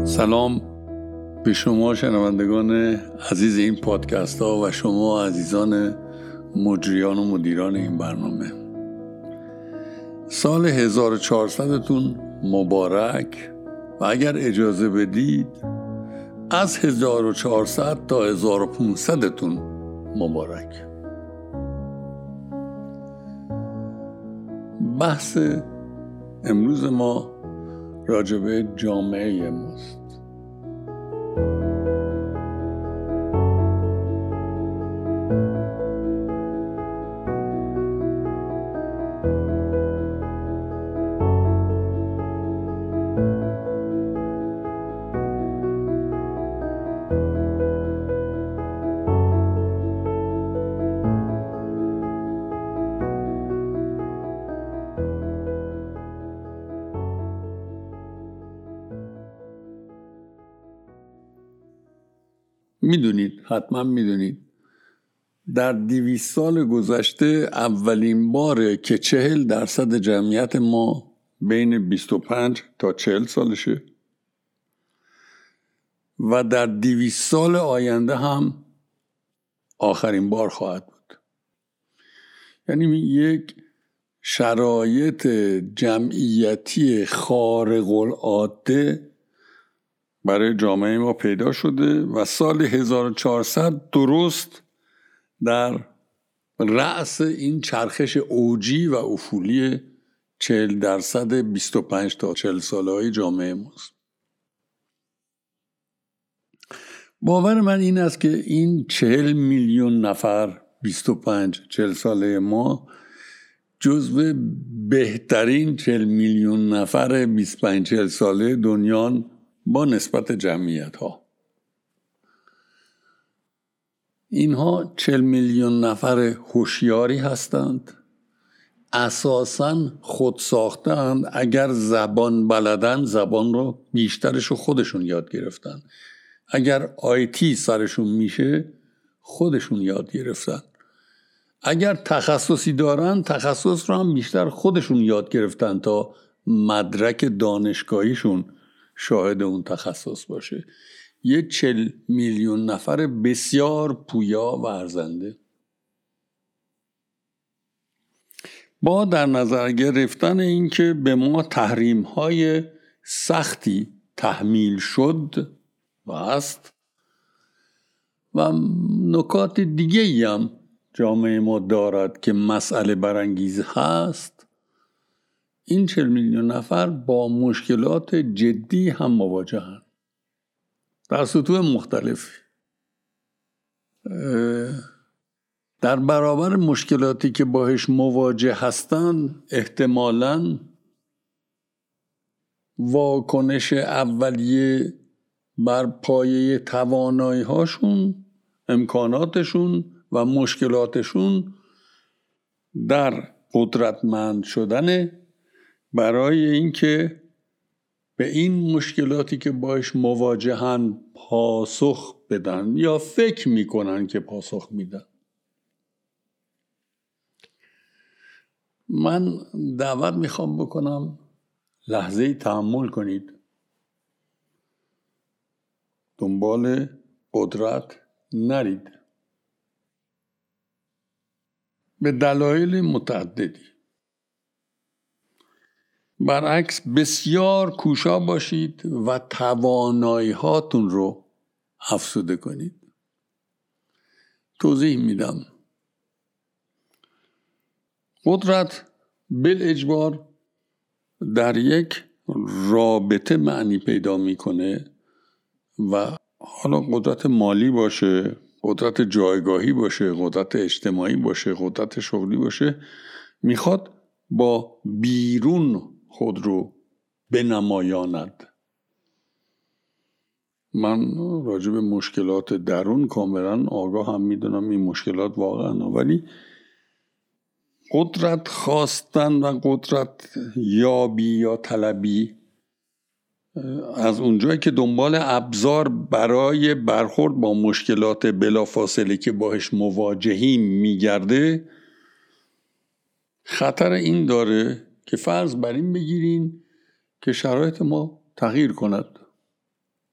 سلام به شما شنوندگان عزیز این پادکست ها و شما عزیزان مجریان و مدیران این برنامه. سال 1400 تون مبارک و اگر اجازه بدید از 1400 تا 1500 تون مبارک. بحث امروز ما راجع به جامعه ماست. حتما میدونید در 200 سال گذشته اولین باره که 40% جمعیت ما بین 25 تا 40 سالشه و در 200 سال آینده هم آخرین بار خواهد بود. یعنی یک شرایط جمعیتی خارق العاده برای جامعه ما پیدا شده و سال 1400 درست در رأس این چرخش اوجی و افولی 40% 25 تا 40 ساله های جامعه ماست. باور من این است که این 40 میلیون نفر 25-40 ساله ما جزو بهترین 40 میلیون نفر 25-40 ساله دنیا با نسبت جمعیت ها. اینها 40 میلیون نفر هوشیاری هستند، اساساً خود ساختند. اگر زبان بلدن زبان رو بیشترشو خودشون یاد گرفتن، اگر آیتی سرشون میشه خودشون یاد گرفتن، اگر تخصصی دارن تخصص رو هم بیشتر خودشون یاد گرفتن تا مدرک دانشگاهیشون شاهد اون تخصص باشه. یه 40 میلیون نفر بسیار پویا و ارزنده. با در نظر گرفتن این که به ما تحریم‌های سختی تحمیل شد و است و نکات دیگه‌ای هم جامعه ما دارد که مسئله برانگیز هست، این 40 میلیون نفر با مشکلات جدی هم مواجهند در سطوح مختلف. در برابر مشکلاتی که باهاش مواجه هستند احتمالاً واکنش اولیه بر پایه توانایی هاشون، امکاناتشون و مشکلاتشون در قدرتمند شدن برای اینکه به این مشکلاتی که باش مواجهن پاسخ بدن یا فکر میکنن که پاسخ میدن. من دعوت میخوام بکنم لحظه تأمل کنید، دنبال قدرت نرید به دلایل متعددی. برعکس بسیار کوشا باشید و توانایی هاتون رو افزوده کنید. توضیح میدم. قدرت بالاجبار در یک رابطه معنی پیدا میکنه و حالا قدرت مالی باشه، قدرت جایگاهی باشه، قدرت اجتماعی باشه، قدرت شغلی باشه، میخواد با بیرون خود رو بنمایاند. من راجع به مشکلات درون کاملا آگاه هم میدونم این مشکلات واقعا، ولی قدرت خواستن و قدرت یابی یا طلبی از اونجایی که دنبال ابزار برای برخورد با مشکلات بلافاصله که باهاش مواجهیم میگرده، خطر این داره که فرض بر این بگیرین که شرایط ما تغییر کند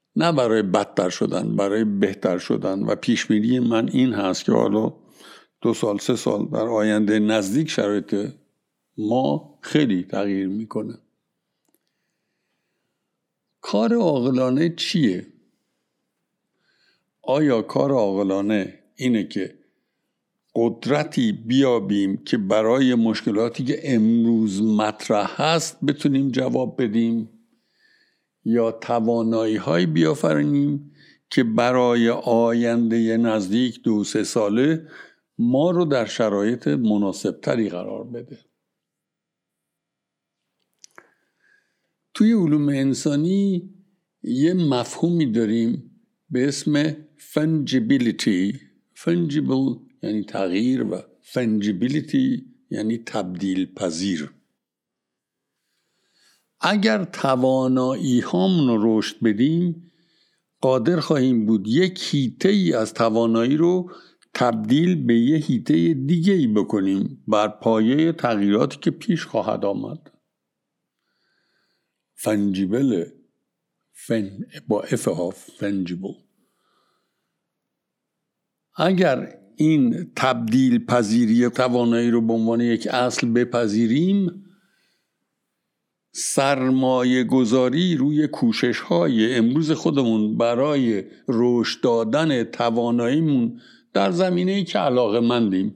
نه برای بدتر شدن، برای بهتر شدن. و پیشبینی من این هست که حالا 2 سال 3 سال در آینده نزدیک شرایط ما خیلی تغییر میکنه. کار عاقلانه چیه؟ آیا کار عاقلانه اینه که قدرتی بیابیم که برای مشکلاتی که امروز مطرح هست بتونیم جواب بدیم، یا توانایی های بیافرینیم که برای آینده نزدیک 2-3 ساله ما رو در شرایط مناسب تری قرار بده؟ توی علوم انسانی یه مفهومی داریم به اسم fungibility. fungible یعنی تغییر و fungibility یعنی تبدیل پذیر. اگر توانایی هامون رو رشد بدیم قادر خواهیم بود یک حیطه ای از توانایی رو تبدیل به یک حیطه دیگه ای بکنیم بر پایه تغییراتی که پیش خواهد آمد. fungible با ها fungible. اگر این تبدیل پذیری توانایی رو به عنوان یک اصل بپذیریم، سرمایه گذاری روی کوشش های امروز خودمون برای رشد دادن تواناییمون در زمینه‌ای که علاقه‌مندیم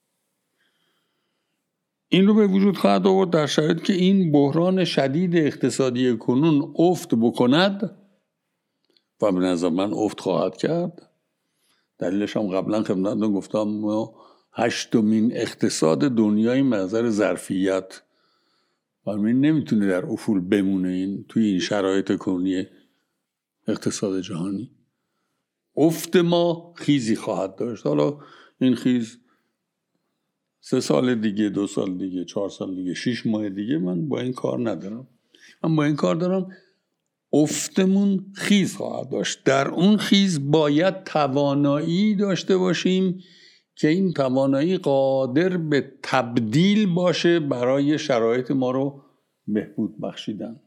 این رو به وجود خواهد آورد در شرایطی که این بحران شدید اقتصادی کنون افت بکند و به نظر من افت خواهد کرد. دلیلش هم قبلا خدمتتون گفتم ما 8مین اقتصاد دنیای نظر ظرفیت و نمیتونه در افول بمونه این توی این شرایط کنونی اقتصاد جهانی. افت ما خیزی خواهد داشت. حالا این خیز 3 سال دیگه، 2 سال دیگه، 4 سال دیگه، 6 ماه دیگه من با این کار ندارم. من با این کار دارم افتمون خیز خواهد داشت. در اون خیز باید توانایی داشته باشیم که این توانایی قادر به تبدیل باشه برای شرایط ما رو بهبود بخشیدن.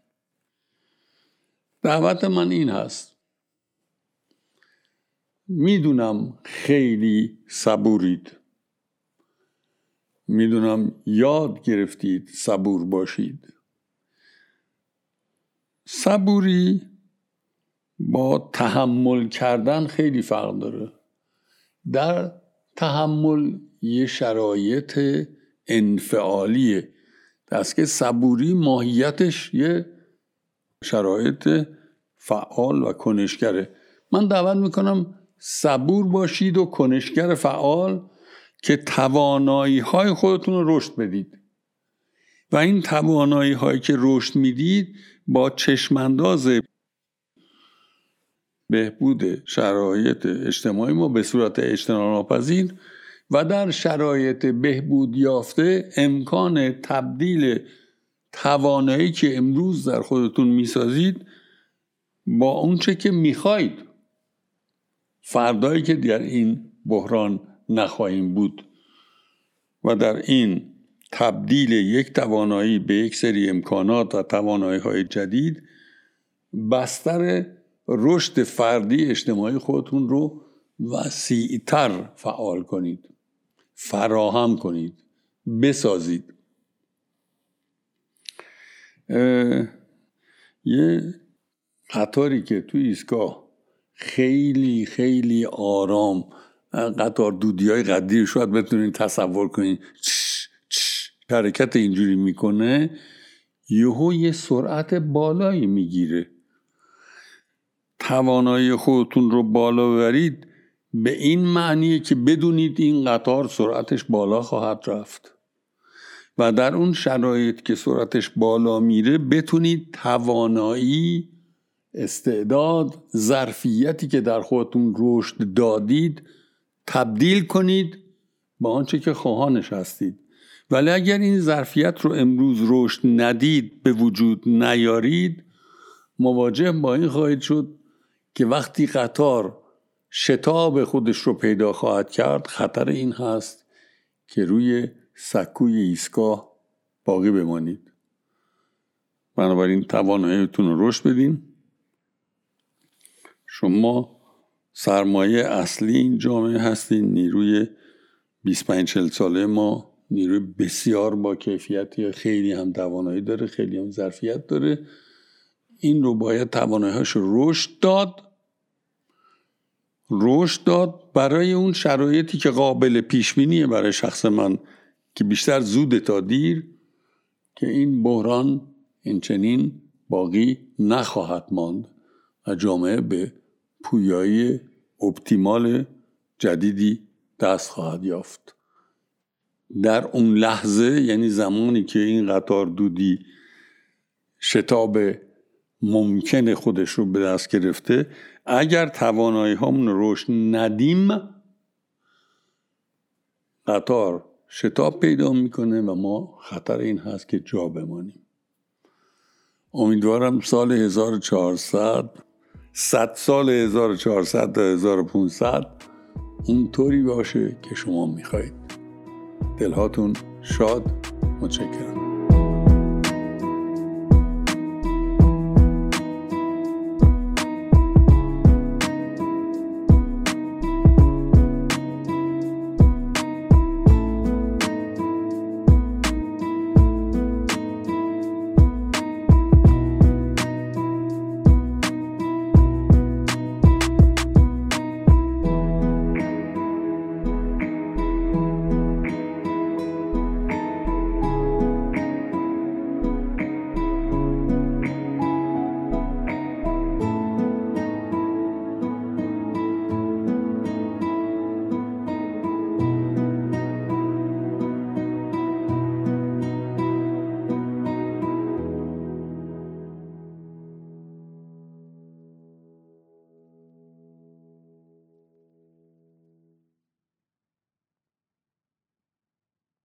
دعوت من این هست. میدونم خیلی صبورید. میدونم یاد گرفتید صبور باشید. صبوری با تحمل کردن خیلی فرق داره. در تحمل یه شرایط انفعالیه. دست که صبوری ماهیتش یه شرایط فعال و کنشگره. من دعوت میکنم صبور باشید و کنشگر فعال که توانایی های خودتون رو رشد بدید و این توانایی هایی که رشد میدید با چشمانداز بهبود شرایط اجتماعی ما به صورت اجتناب ناپذیر و در شرایط بهبود یافته امکان تبدیل توانایی که امروز در خودتون میسازید با اونچه که میخواید فردایی که در این بحران نخواهیم بود و در این تبدیل یک توانایی به یک سری امکانات و توانایی های جدید بستر رشد فردی اجتماعی خودتون رو وسیع‌تر فعال کنید، فراهم کنید، بسازید. یه قطاری که توی ایستگاه خیلی خیلی آرام، قطار دودیای قدیر شاید بتونید تصور کنید حرکت اینجوری میکنه، یهو یه سرعت بالایی میگیره. توانایی خودتون رو بالا ببرید به این معنیه که بدونید این قطار سرعتش بالا خواهد رفت و در اون شرایط که سرعتش بالا میره بتونید توانایی، استعداد، ظرفیتی که در خودتون رشد دادید تبدیل کنید به آنچه که خواهانش هستید. ولی اگر این ظرفیت رو امروز رشد ندید، به وجود نیارید، مواجه با این خواهید شد که وقتی قطار شتاب خودش رو پیدا خواهد کرد خطر این هست که روی سکوی ایستگاه باقی بمانید. بنابراین تواناییتون رو رشد بدین شما سرمایه اصلی این جامعه هستین. نیروی 25-40 ساله ما نیروی بسیار با کیفیتی، خیلی هم توانایی داره، خیلی هم ظرفیت داره. این رو باید توانایی‌هاش رشد داد برای اون شرایطی که قابل پیش بینیه برای شخص من که بیشتر زود تا دیر که این بحران این چنین باقی نخواهد ماند و جامعه به پویایی اپتیمال جدیدی دست خواهد یافت. در اون لحظه، یعنی زمانی که این قطار دودی شتاب ممکن خودش رو به دست گرفته، اگر توانایی هامون رشد ندیم قطار شتاب پیدا میکنه و ما خطر این هست که جا بمانیم. امیدوارم سال 1400 100 سال 1400 تا 1500 اونطوری باشه که شما میخواید. دلهاتون شاد. متشکرم.